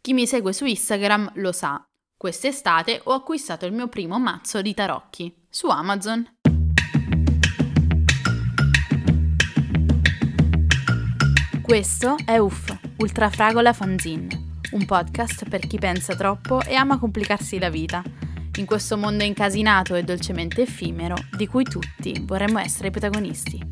Chi mi segue su Instagram lo sa. Quest'estate ho acquistato il mio primo mazzo di tarocchi su Amazon. Questo è Ultrafragola Fanzine, un podcast per chi pensa troppo e ama complicarsi la vita, in questo mondo incasinato e dolcemente effimero di cui tutti vorremmo essere i protagonisti.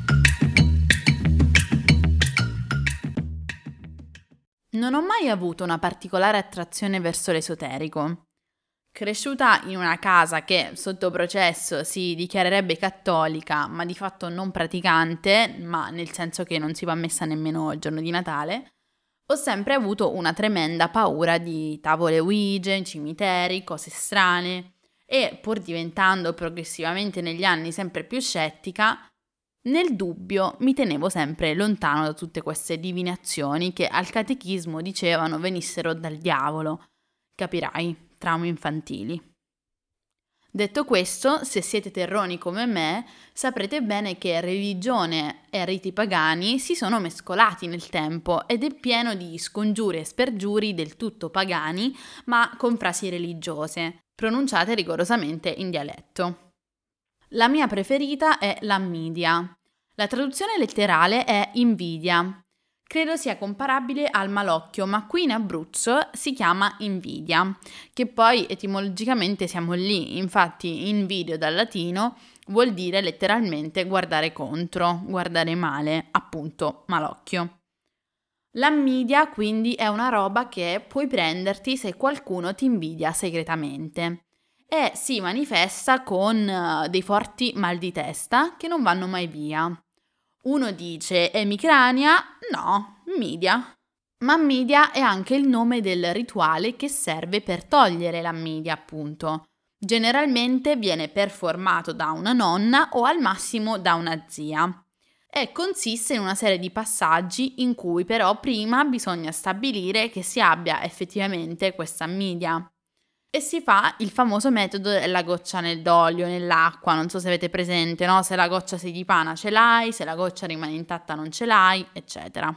Non ho mai avuto una particolare attrazione verso l'esoterico. Cresciuta in una casa che sotto processo si dichiarerebbe cattolica, ma di fatto non praticante, ma nel senso che non si va a messa nemmeno il giorno di Natale, ho sempre avuto una tremenda paura di tavole Ouija, cimiteri, cose strane e, pur diventando progressivamente negli anni sempre più scettica, nel dubbio mi tenevo sempre lontano da tutte queste divinazioni che al catechismo dicevano venissero dal diavolo. Capirai, traumi infantili. Detto questo, se siete terroni come me, saprete bene che religione e riti pagani si sono mescolati nel tempo ed è pieno di scongiuri e spergiuri del tutto pagani, ma con frasi religiose, pronunciate rigorosamente in dialetto. La mia preferita è l'ammidia. La traduzione letterale è invidia. Credo sia comparabile al malocchio, ma qui in Abruzzo si chiama invidia, che poi etimologicamente siamo lì, infatti invidio dal latino vuol dire letteralmente guardare contro, guardare male, appunto malocchio. L'ammidia quindi è una roba che puoi prenderti se qualcuno ti invidia segretamente e si manifesta con dei forti mal di testa che non vanno mai via. Uno dice emicrania? No, midia. Ma midia è anche il nome del rituale che serve per togliere la midia, appunto. Generalmente viene performato da una nonna o al massimo da una zia. E consiste in una serie di passaggi in cui però prima bisogna stabilire che si abbia effettivamente questa midia. E si fa il famoso metodo della goccia nell'olio, nell'acqua, non so se avete presente, no? Se la goccia si dipana ce l'hai, se la goccia rimane intatta non ce l'hai, eccetera.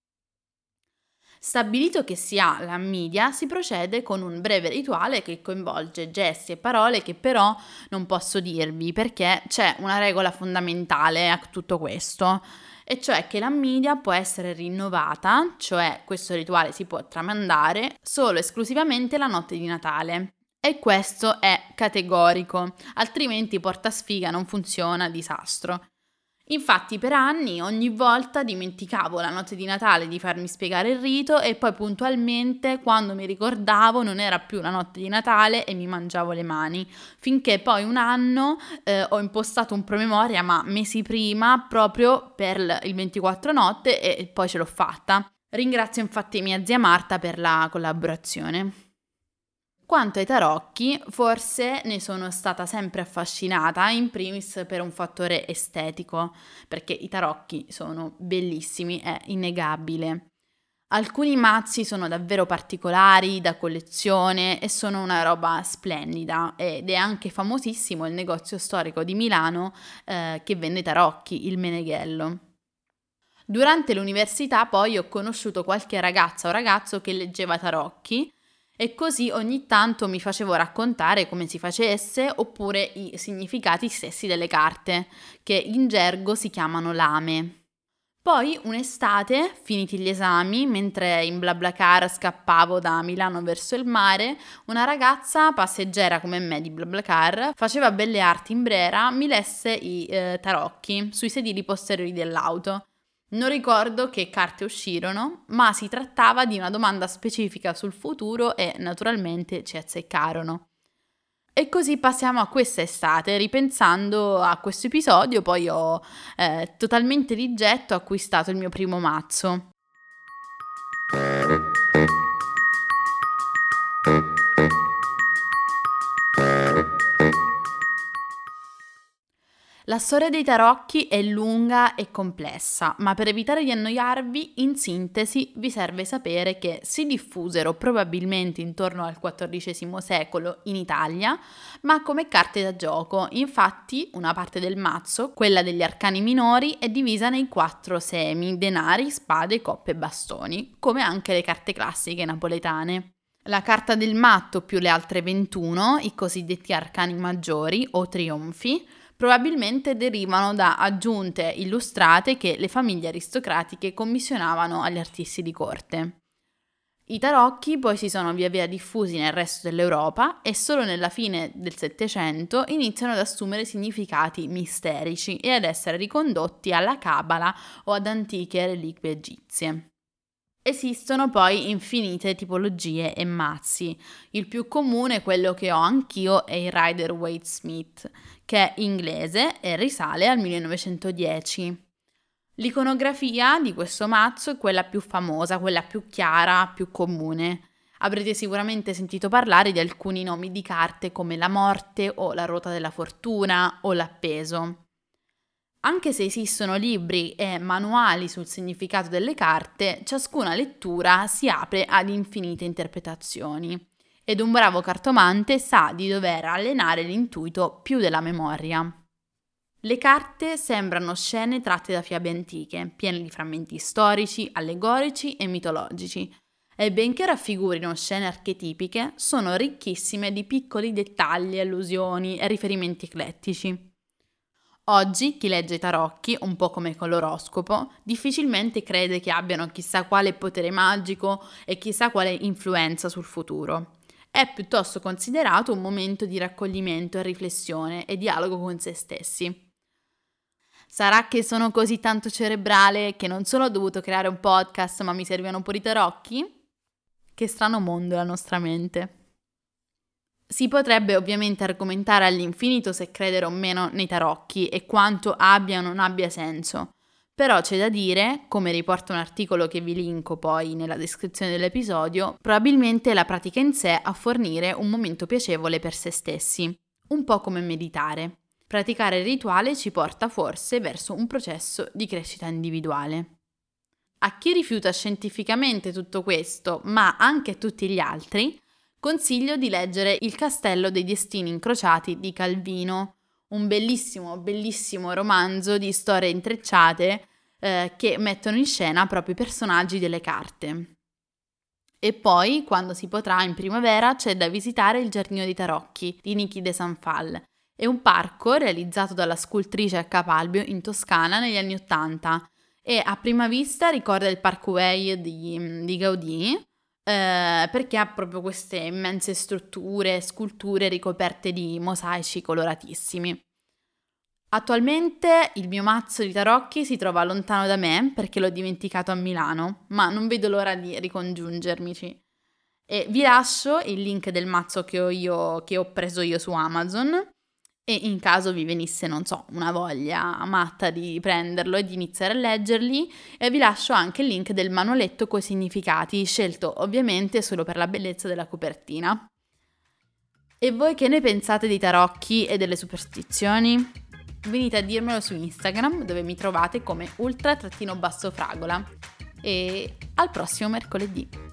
Stabilito che si ha l'ammidia, si procede con un breve rituale che coinvolge gesti e parole che però non posso dirvi perché c'è una regola fondamentale a tutto questo, e cioè che l'ammidia può essere rinnovata, cioè questo rituale si può tramandare solo e esclusivamente la notte di Natale. E questo è categorico, altrimenti porta sfiga, non funziona, disastro. Infatti per anni ogni volta dimenticavo la notte di Natale di farmi spiegare il rito e poi puntualmente quando mi ricordavo non era più la notte di Natale e mi mangiavo le mani, finché poi un anno ho impostato un promemoria ma mesi prima proprio per il 24 notte e poi ce l'ho fatta. Ringrazio infatti mia zia Marta per la collaborazione. Quanto ai tarocchi, forse ne sono stata sempre affascinata, in primis per un fattore estetico, perché i tarocchi sono bellissimi, è innegabile. Alcuni mazzi sono davvero particolari, da collezione e sono una roba splendida ed è anche famosissimo il negozio storico di Milano che vende tarocchi, il Meneghello. Durante l'università poi ho conosciuto qualche ragazza o ragazzo che leggeva tarocchi e così ogni tanto mi facevo raccontare come si facesse oppure i significati stessi delle carte, che in gergo si chiamano lame. Poi un'estate, finiti gli esami, mentre in BlaBlaCar scappavo da Milano verso il mare, una ragazza passeggera come me di BlaBlaCar faceva belle arti in Brera, mi lesse i tarocchi sui sedili posteriori dell'auto. Non ricordo che carte uscirono, ma si trattava di una domanda specifica sul futuro e naturalmente ci azzeccarono. E così passiamo a questa estate, ripensando a questo episodio, poi ho totalmente di getto acquistato il mio primo mazzo. La storia dei tarocchi è lunga e complessa, ma per evitare di annoiarvi, in sintesi vi serve sapere che si diffusero probabilmente intorno al XIV secolo in Italia, ma come carte da gioco. Infatti, una parte del mazzo, quella degli arcani minori, è divisa nei 4 semi: denari, spade, coppe e bastoni, come anche le carte classiche napoletane. La carta del matto più le altre 21, i cosiddetti arcani maggiori o trionfi, probabilmente derivano da aggiunte illustrate che le famiglie aristocratiche commissionavano agli artisti di corte. I tarocchi poi si sono via via diffusi nel resto dell'Europa e solo nella fine del Settecento iniziano ad assumere significati misterici e ad essere ricondotti alla Cabala o ad antiche reliquie egizie. Esistono poi infinite tipologie e mazzi. Il più comune, quello che ho anch'io, è il Rider-Waite-Smith, che è inglese e risale al 1910. L'iconografia di questo mazzo è quella più famosa, quella più chiara, più comune. Avrete sicuramente sentito parlare di alcuni nomi di carte come la morte o la ruota della fortuna o l'appeso. Anche se esistono libri e manuali sul significato delle carte, ciascuna lettura si apre ad infinite interpretazioni ed un bravo cartomante sa di dover allenare l'intuito più della memoria. Le carte sembrano scene tratte da fiabe antiche, piene di frammenti storici, allegorici e mitologici, e benché raffigurino scene archetipiche, sono ricchissime di piccoli dettagli, allusioni e riferimenti eclettici. Oggi chi legge i tarocchi, un po' come con l'oroscopo, difficilmente crede che abbiano chissà quale potere magico e chissà quale influenza sul futuro. È piuttosto considerato un momento di raccoglimento e riflessione e dialogo con se stessi. Sarà che sono così tanto cerebrale che non solo ho dovuto creare un podcast, ma mi servivano pure i tarocchi? Che strano mondo è la nostra mente. Si potrebbe ovviamente argomentare all'infinito se credere o meno nei tarocchi e quanto abbia o non abbia senso, però c'è da dire, come riporta un articolo che vi linko poi nella descrizione dell'episodio, probabilmente la pratica in sé a fornire un momento piacevole per se stessi, un po' come meditare. Praticare il rituale ci porta forse verso un processo di crescita individuale. A chi rifiuta scientificamente tutto questo, ma anche a tutti gli altri, consiglio di leggere Il Castello dei Destini Incrociati di Calvino, un bellissimo romanzo di storie intrecciate che mettono in scena proprio i personaggi delle carte. E poi, quando si potrà, in primavera, c'è da visitare il Giardino dei Tarocchi di Niki de Sanfal. È un parco realizzato dalla scultrice a Capalbio in Toscana negli anni '80 e a prima vista ricorda il Parc Güell di Gaudì, perché ha proprio queste immense strutture, sculture ricoperte di mosaici coloratissimi. Attualmente il mio mazzo di tarocchi si trova lontano da me perché l'ho dimenticato a Milano, ma non vedo l'ora di ricongiungermici. E vi lascio il link del mazzo che ho preso io su Amazon. E in caso vi venisse, non so, una voglia matta di prenderlo e di iniziare a leggerli, vi lascio anche il link del manualetto coi significati, scelto ovviamente solo per la bellezza della copertina. E voi che ne pensate dei tarocchi e delle superstizioni? Venite a dirmelo su Instagram, dove mi trovate come ultra-fragola. E al prossimo mercoledì!